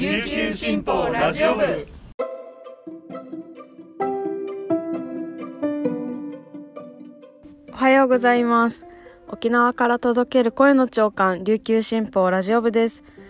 琉球新報ラジオ部。 おはようございます。沖縄から届ける声の朝刊、琉球新報ラジオ部です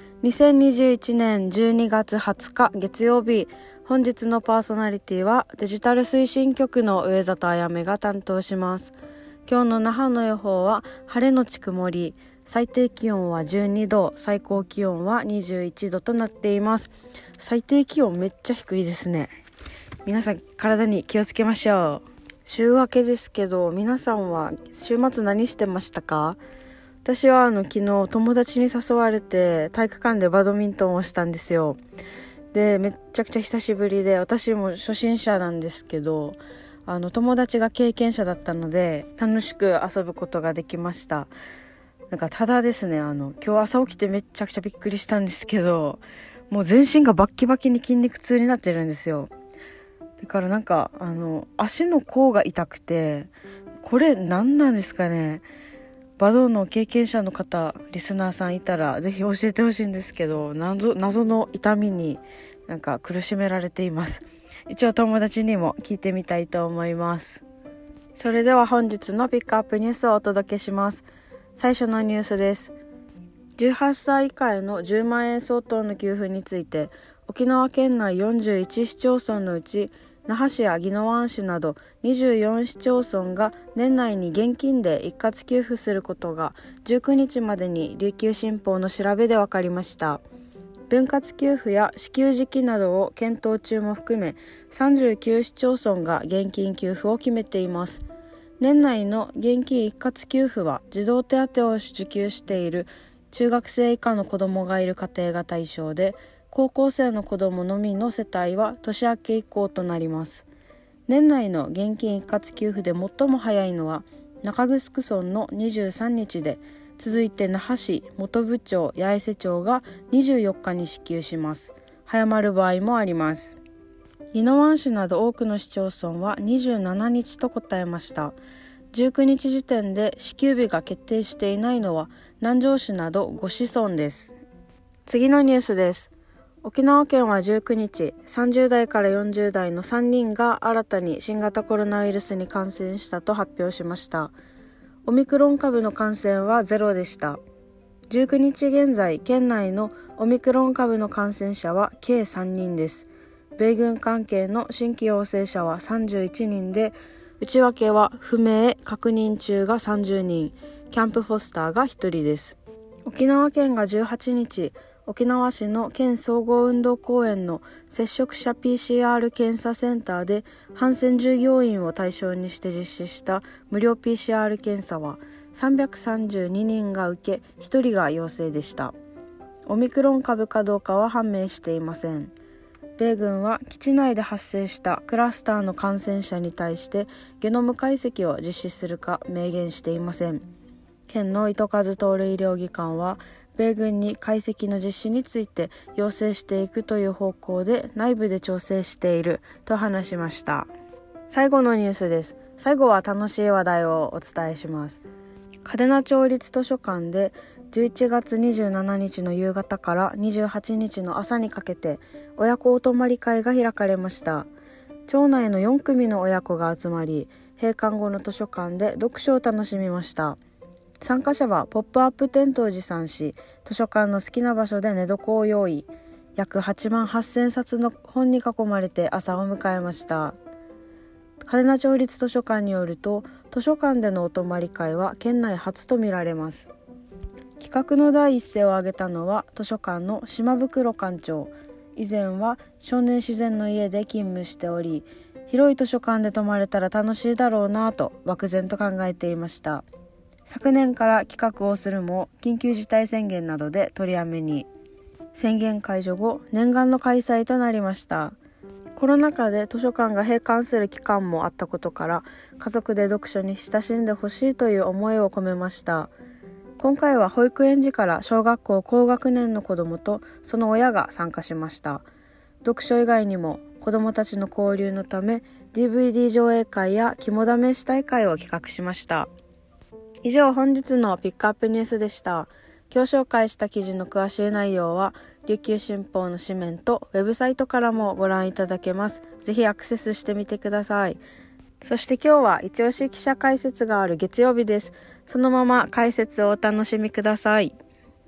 。2021年12月20日月曜日、本日のパーソナリティはデジタル推進局の上里あやめが担当します。今日の那覇の予報は晴れのち曇り、最低気温は12度、最高気温は21度となっています。最低気温めっちゃ低いですね。皆さん体に気をつけましょう。週明けですけど、皆さんは週末何してましたか？私は昨日友達に誘われて体育館でバドミントンをしたんですよ。で、めっちゃくちゃ久しぶりで、私も初心者なんですけど、友達が経験者だったので楽しく遊ぶことができました。ただですね、今日朝起きてめっちゃくちゃびっくりしたんですけど、もう全身がバッキバキに筋肉痛になってるんですよ。だから足の甲が痛くて、これ何なんですかね。バドの経験者の方、リスナーさんいたらぜひ教えてほしいんですけど、謎の痛みに苦しめられています。一応友達にも聞いてみたいと思います。それでは本日のピックアップニュースをお届けします。最初のニュースです。18歳以下への10万円相当の給付について、沖縄県内41市町村のうち那覇市や宜野湾市など24市町村が年内に現金で一括給付することが19日までに琉球新報の調べで分かりました。分割給付や支給時期などを検討中も含め39市町村が現金給付を決めています。年内の現金一括給付は児童手当を受給している中学生以下の子どもがいる家庭が対象で、高校生の子どものみの世帯は年明け以降となります。年内の現金一括給付で最も早いのは中城村の23日で、続いて那覇市、本部町、八重瀬町が24日に支給します。早まる場合もあります。宜野湾市など多くの市町村は27日と答えました。19日時点で支給日が決定していないのは南城市など5市村です。次のニュースです。沖縄県は19日、30代から40代の3人が新たに新型コロナウイルスに感染したと発表しました。オミクロン株の感染はゼロでした。19日現在、県内のオミクロン株の感染者は計3人です。米軍関係の新規陽性者は31人で、内訳は不明確認中が30人、キャンプフォスターが1人です。沖縄県が18日、沖縄市の県総合運動公園の接触者 PCR 検査センターでハンセン従業員を対象にして実施した無料 PCR 検査は332人が受け、1人が陽性でした。オミクロン株かどうかは判明していません。米軍は基地内で発生したクラスターの感染者に対してゲノム解析を実施するか明言していません。県の糸数徹医療技官は米軍に解析の実施について要請していくという方向で内部で調整していると話しました。最後のニュースです。最後は楽しい話題をお伝えします。嘉手納町立図書館で11月27日の夕方から28日の朝にかけて親子お泊まり会が開かれました。町内の4組の親子が集まり、閉館後の図書館で読書を楽しみました。参加者はポップアップテントを持参し、図書館の好きな場所で寝床を用意。約8万8000冊の本に囲まれて朝を迎えました。嘉手納町立図書館によると、図書館でのお泊まり会は県内初とみられます。企画の第一声を挙げたのは図書館の島袋館長。以前は少年自然の家で勤務しており、広い図書館で泊まれたら楽しいだろうなと漠然と考えていました。昨年から企画をするも緊急事態宣言などで取りやめに。宣言解除後、念願の開催となりました。コロナ禍で図書館が閉館する期間もあったことから、家族で読書に親しんでほしいという思いを込めました。今回は保育園児から小学校高学年の子どもとその親が参加しました。読書以外にも子どもたちの交流のため DVD 上映会や肝試し大会を企画しました。以上、本日のピックアップニュースでした。 今日紹介した記事の詳しい内容は琉球新報の紙面とウェブサイトからもご覧いただけます。ぜひアクセスしてみてください。そして今日は一押し記者解説がある月曜日です。そのまま解説をお楽しみください。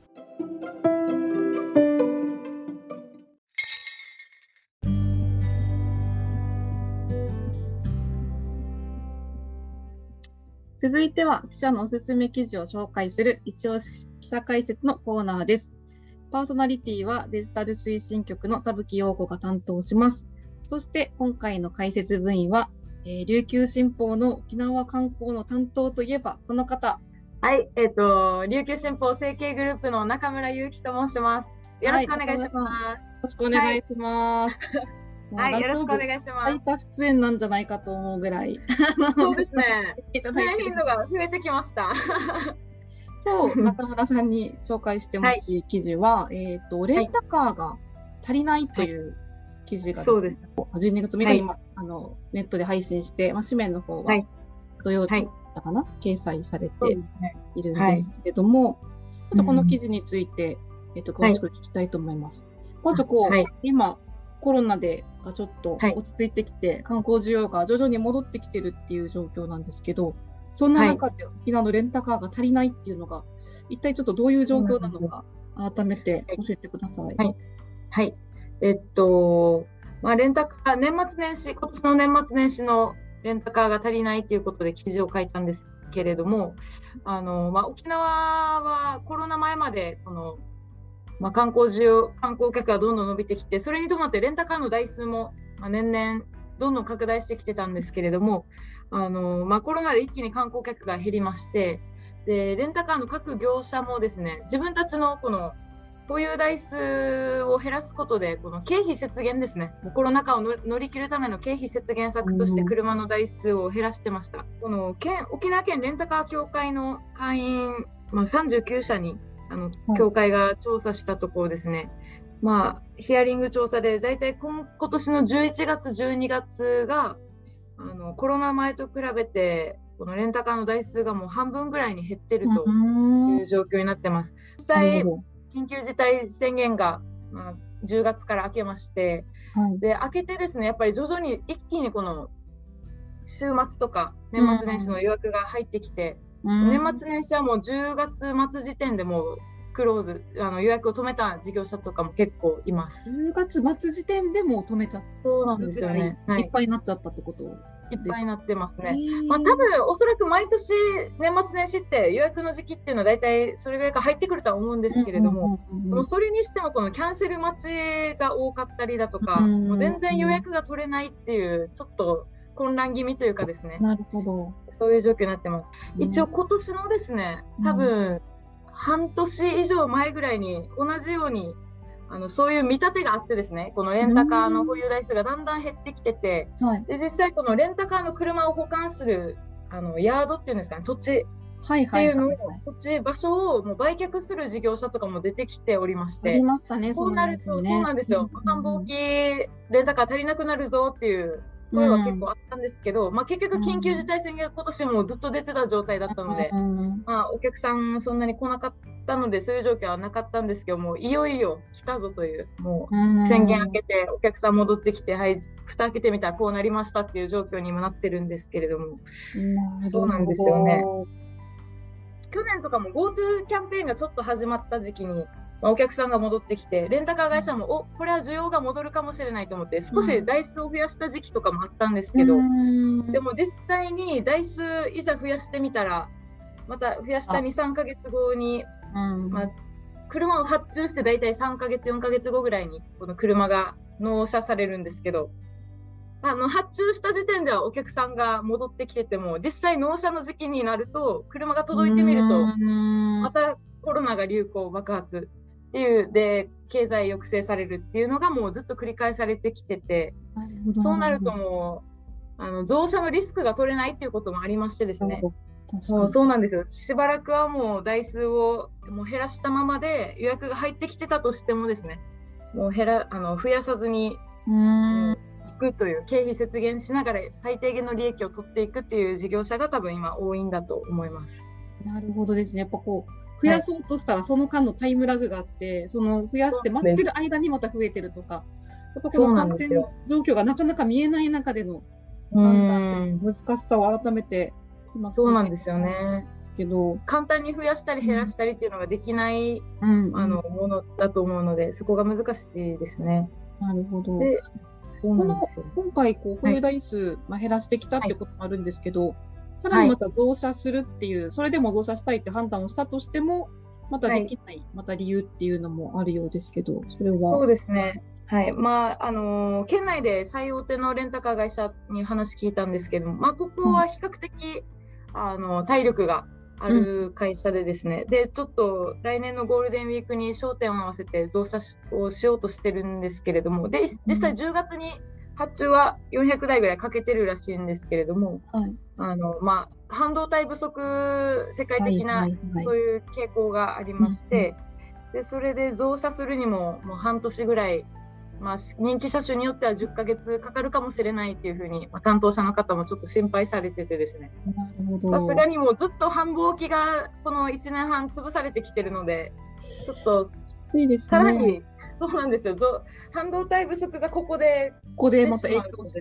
続いては記者のおすすめ記事を紹介する一押し記者解説のコーナーです。パーソナリティはデジタル推進局の田吹陽子が担当します。そして今回の解説部員は、琉球新報の沖縄観光の担当といえばこの方。 はい、琉球新報成形グループの中村祐樹と申します。よろしくお願いします。 よろしくお願いします。 はい、よろしくお願いします。 最多出演なんじゃないかと思うぐらい。 そうですね。出演頻度が増えてきました。 今日中村さんに紹介してほしい記事は、レンタカーが足りないという記事が、 そうです。 12月6日に、ネットで配信して、紙面の方は土曜日だったかな、掲載されているんですけれども、ちょっとこの記事について、詳しく聞きたいと思います。まず今コロナでちょっと落ち着いてきて、観光需要が徐々に戻ってきてるっていう状況なんですけど、そんな中で沖縄のレンタカーが足りないっていうのが、一体ちょっとどういう状況なのか、改めて教えてください。 はい。レンタカー、今年の年末年始のレンタカーが足りないということで記事を書いたんですけれども、沖縄はコロナ前まで観光客がどんどん伸びてきて、それに伴ってレンタカーの台数も、年々どんどん拡大してきてたんですけれども、コロナで一気に観光客が減りまして、でレンタカーの各業者もですね、自分たちのこの保有台数を減らすことで、この経費節減ですね、コロナ禍を乗り切るための経費節減策として車の台数を減らしてました。この沖縄県レンタカー協会の会員、39社に協会が調査したところですね、ヒアリング調査でだいたい今年の11月12月がコロナ前と比べてこのレンタカーの台数がもう半分ぐらいに減ってるという状況になってます。実際緊急事態宣言が、10月から明けまして、で明けてですね、やっぱり徐々に一気にこの週末とか年末年始の予約が入ってきて、年末年始はもう10月末時点でもうクローズ、予約を止めた事業者とかも結構います。 10月末時点でもう止めちゃった。 そうなんですよね。 いっぱいになっちゃったってことです。 いっぱいになってますね。多分おそらく毎年年末年始って予約の時期っていうのは大体それぐらいから入ってくるとは思うんですけれども、それにしてもこのキャンセル待ちが多かったりだとか、もう全然予約が取れないっていうちょっと混乱気味というかですね。 なるほど。 そういう状況になってます。一応今年のですね、多分半年以上前ぐらいに同じようにそういう見立てがあってですね、このレンタカーの保有台数がだんだん減ってきてて、で実際このレンタカーの車を保管するヤードっていうんですかね、土地っていうのを、場所をもう売却する事業者とかも出てきておりまして、そうなると、そうなんですよ、繁忙期レンタカー足りなくなるぞっていう声は結構あったんですけど、結局緊急事態宣言が今年もずっと出てた状態だったので、お客さんそんなに来なかったのでそういう状況はなかったんですけども、いよいよ来たぞという、もう宣言明けてお客さん戻ってきて、はい、蓋開けてみたらこうなりましたっていう状況にもなってるんですけれども、そうなんですよね。去年とかも GoTo キャンペーンがちょっと始まった時期に、お客さんが戻ってきて、レンタカー会社もこれは需要が戻るかもしれないと思って少し台数を増やした時期とかもあったんですけど、でも実際に台数いざ増やしてみたら、また増やした 2,3 ヶ月後に、車を発注してだいたい3ヶ月4ヶ月後ぐらいにこの車が納車されるんですけど、発注した時点ではお客さんが戻ってきてても、実際納車の時期になると車が届いてみるとまたコロナが流行爆発っていうで経済抑制されるっていうのがもうずっと繰り返されてきてて、そうなるともう増車のリスクが取れないっていうこともありましてですね、そうなんですよ。しばらくはもう台数をもう減らしたままで予約が入ってきてたとしてもですね、もう増やさずにいくという経費節減しながら最低限の利益を取っていくっていう事業者が多分今多いんだと思います。 なるほどですね。やっぱ増やそうとしたらその間のタイムラグがあって、その増やして待ってる間にまた増えてるとか、やっぱこの感染状況がなかなか見えない中での判断って難しさを改めて今そうなんですよね。 けど簡単に増やしたり減らしたりっていうのができない、ものだと思うので、そこが難しいですね。 なるほど。 でそうなんですよ。 今回保有台数、減らしてきたってこともあるんですけど、さらにまた増車するっていう、それでも増車したいって判断をしたとしてもまたできない、また理由っていうのもあるようですけど、それは。 そうですね。はい、県内で最大手のレンタカー会社に話聞いたんですけども、ここは比較的、体力がある会社でですね、でちょっと来年のゴールデンウィークに焦点を合わせて増車をしようとしてるんですけれども、で実際10月に発注は400台ぐらいかけてるらしいんですけれども、半導体不足、世界的なそういう傾向がありまして、でそれで増車するにももう半年ぐらい、人気車種によっては10ヶ月かかるかもしれないっていうふうに、担当者の方もちょっと心配されててですね、さすがにもうずっと繁忙期がこの1年半潰されてきてるので、ちょっとさらに、そうなんですよ、半導体不足がここでまた影響して、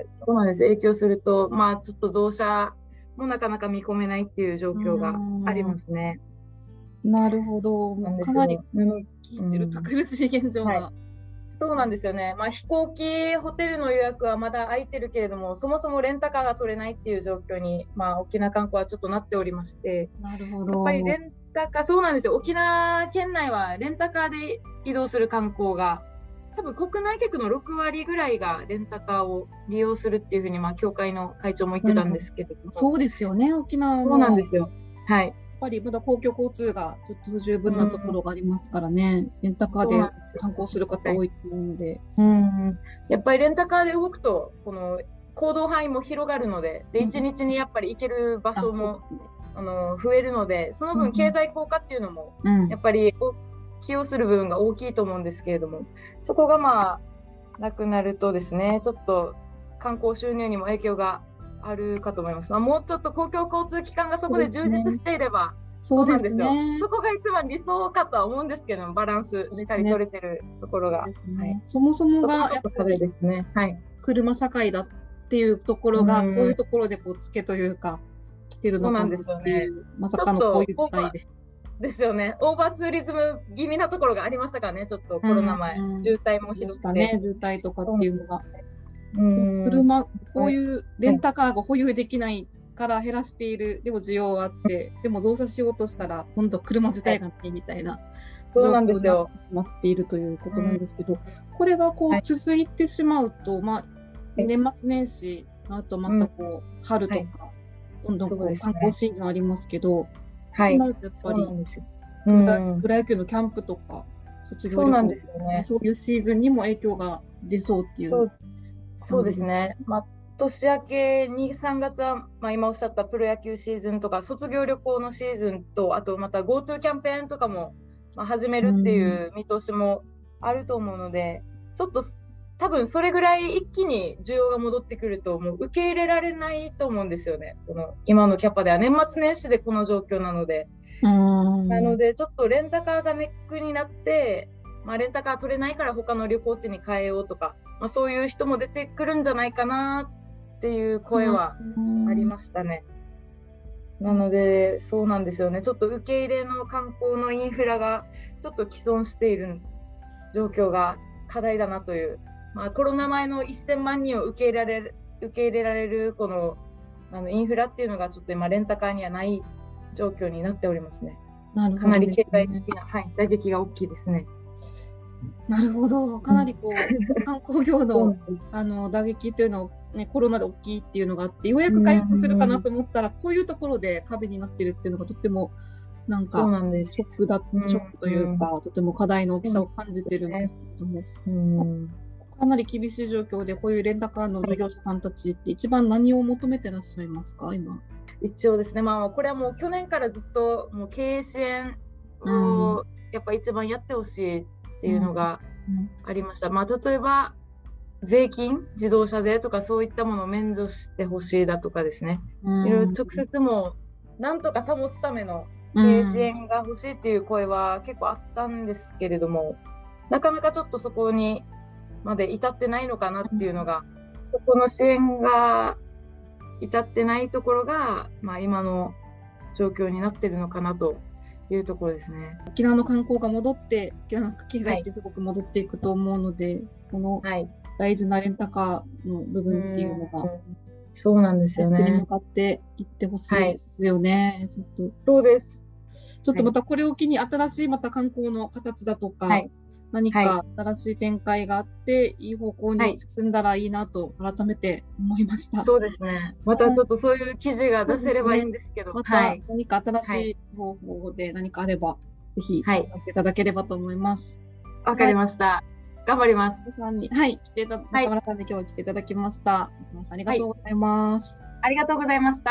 そうなんです、影響すると、ちょっと増車もなかなか見込めないっていう状況がありますね。 なるほど、かなり聞いてると苦しい現状が。 そうなんですよね。飛行機、ホテルの予約はまだ空いてるけれども、そもそもレンタカーが取れないっていう状況に、沖縄観光はちょっとなっておりまして、 なるほど。 やっぱりレンタカー、そうなんですよ。沖縄県内はレンタカーで移動する観光が、多分国内客の6割ぐらいがレンタカーを利用するっていうふうに、協会の会長も言ってたんですけども、 そうですよね、沖縄は。 そうなんですよ。はい。 やっぱりまだ公共交通がちょっと不十分なところがありますからね、レンタカーで観光する方多いと思うので、 やっぱりレンタカーで動くとこの行動範囲も広がるので、1日にやっぱり行ける場所も、増えるので、その分経済効果っていうのもやっぱり寄与する部分が大きいと思うんですけれども、そこがなくなるとですね、ちょっと観光収入にも影響があるかと思います。もうちょっと公共交通機関がそこで充実していれば、そうなんですよ。そこが一番理想かとは思うんですけども、バランスしっかり取れてるところが、 そもそもがやっぱりですね、 車社会だっていうところが、こういうところでツケというか来てるのかなっていう、まさかのこういう事態で。 ですよね。オーバーツーリズム気味なところがありましたからね、ちょっとコロナ前、渋滞もひどくてね、渋滞とかっていうのが。こういうレンタカーが保有できないから減らしている、でも需要はあって、でも増車しようとしたら今度車自体がないみたいな状況になってしまっているということなんですけど、これが続いてしまうと、年末年始の後また春とか、どんどん観光シーズンありますけど、そうなるとやっぱりプロ野球のキャンプとか卒業旅行、そういうシーズンにも影響が出そうっていう。 そうですね。年明け2、3月は、今おっしゃったプロ野球シーズンとか卒業旅行のシーズンと、あとまた GoTo キャンペーンとかも、始めるっていう見通しもあると思うので、ちょっと多分それぐらい一気に需要が戻ってくるともう受け入れられないと思うんですよね。この今のキャパでは年末年始でこの状況なので、なのでちょっとレンタカーがネックになって、レンタカー取れないから他の旅行地に変えようとか、そういう人も出てくるんじゃないかなっていう声はありましたね。なのでそうなんですよね。ちょっと受け入れの観光のインフラがちょっと既存している状況が課題だなという、コロナ前の1000万人を受け入れられるこのインフラっていうのがちょっと今レンタカーにはない状況になっておりますね。かなり経済的な、打撃が大きいですね。 なるほど、かなり観光業の打撃というのを、コロナで大きいっていうのがあって、ようやく回復するかなと思ったら、こういうところで壁になってるっていうのがとってもなんかショックというか、とても課題の大きさを感じてるんですけども、かなり厳しい状況でこういうレンタカーの事業者さんたちって一番何を求めてらっしゃいますか今？ 一応ですね、これはもう去年からずっともう経営支援をやっぱ一番やってほしいっていうのがありました。例えば税金、自動車税とかそういったものを免除してほしいだとかですね、いろいろ直接もなんとか保つための支援が欲しいっていう声は結構あったんですけれども、なかなかちょっとそこにまで至ってないのかなっていうのが、そこの支援が至ってないところが、今の状況になってるのかなというところですね。 沖縄の観光が戻って、沖縄の経済ってすごく戻っていくと思うので、そこの大事なレンタカーの部分っていうのが、 そうなんですよね。 に向かっていってほしいですよね。ちょっとそうです。 ちょっとまたこれを機に新しいまた観光の形だとか、何か新しい展開があって、いい方向に進んだらいいなと改めて思いました。 そうですね。またちょっとそういう記事が出せればいいんですけど、 また何か新しい方法で何かあれば、ぜひ紹介していただければと思います。 わかりました。頑張ります。 中村さんに今日は来ていただきました。中村さんありがとうございます。 ありがとうございました。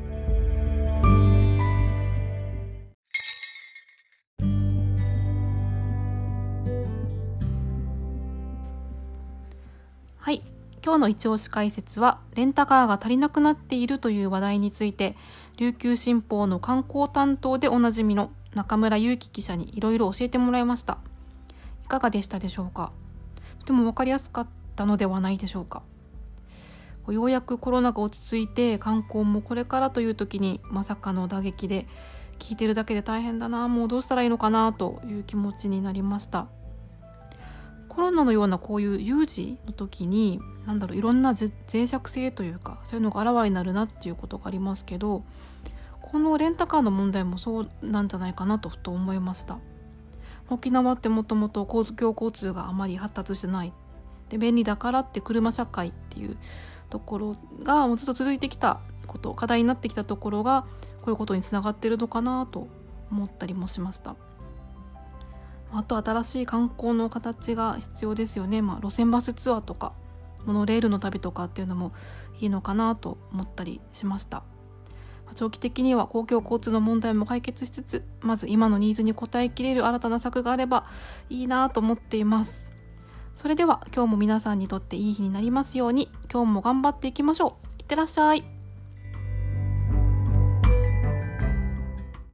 はい、今日の一押し解説はレンタカーが足りなくなっているという話題について、琉球新報の観光担当でおなじみの中村祐樹記者にいろいろ教えてもらいました。いかがでしたでしょうか。とても分かりやすかったのではないでしょうか。ようやくコロナが落ち着いて観光もこれからという時にまさかの打撃で、聞いてるだけで大変だな、もうどうしたらいいのかなという気持ちになりました。コロナのようなこういう有事の時にいろんな脆弱性というか、そういうのがあらわになるなっていうことがありますけど、このレンタカーの問題もそうなんじゃないかなとふと思いました。沖縄ってもともと公共交通があまり発達してないで、便利だからって車社会っていうところがもうずっと続いてきたこと、課題になってきたところがこういうことにつながっているのかなと思ったりもしました。あと新しい観光の形が必要ですよね。路線バスツアーとかモノレールの旅とかっていうのもいいのかなと思ったりしました。長期的には公共交通の問題も解決しつつ、まず今のニーズに応えきれる新たな策があればいいなと思っています。それでは今日も皆さんにとっていい日になりますように、今日も頑張っていきましょう。いってらっしゃい。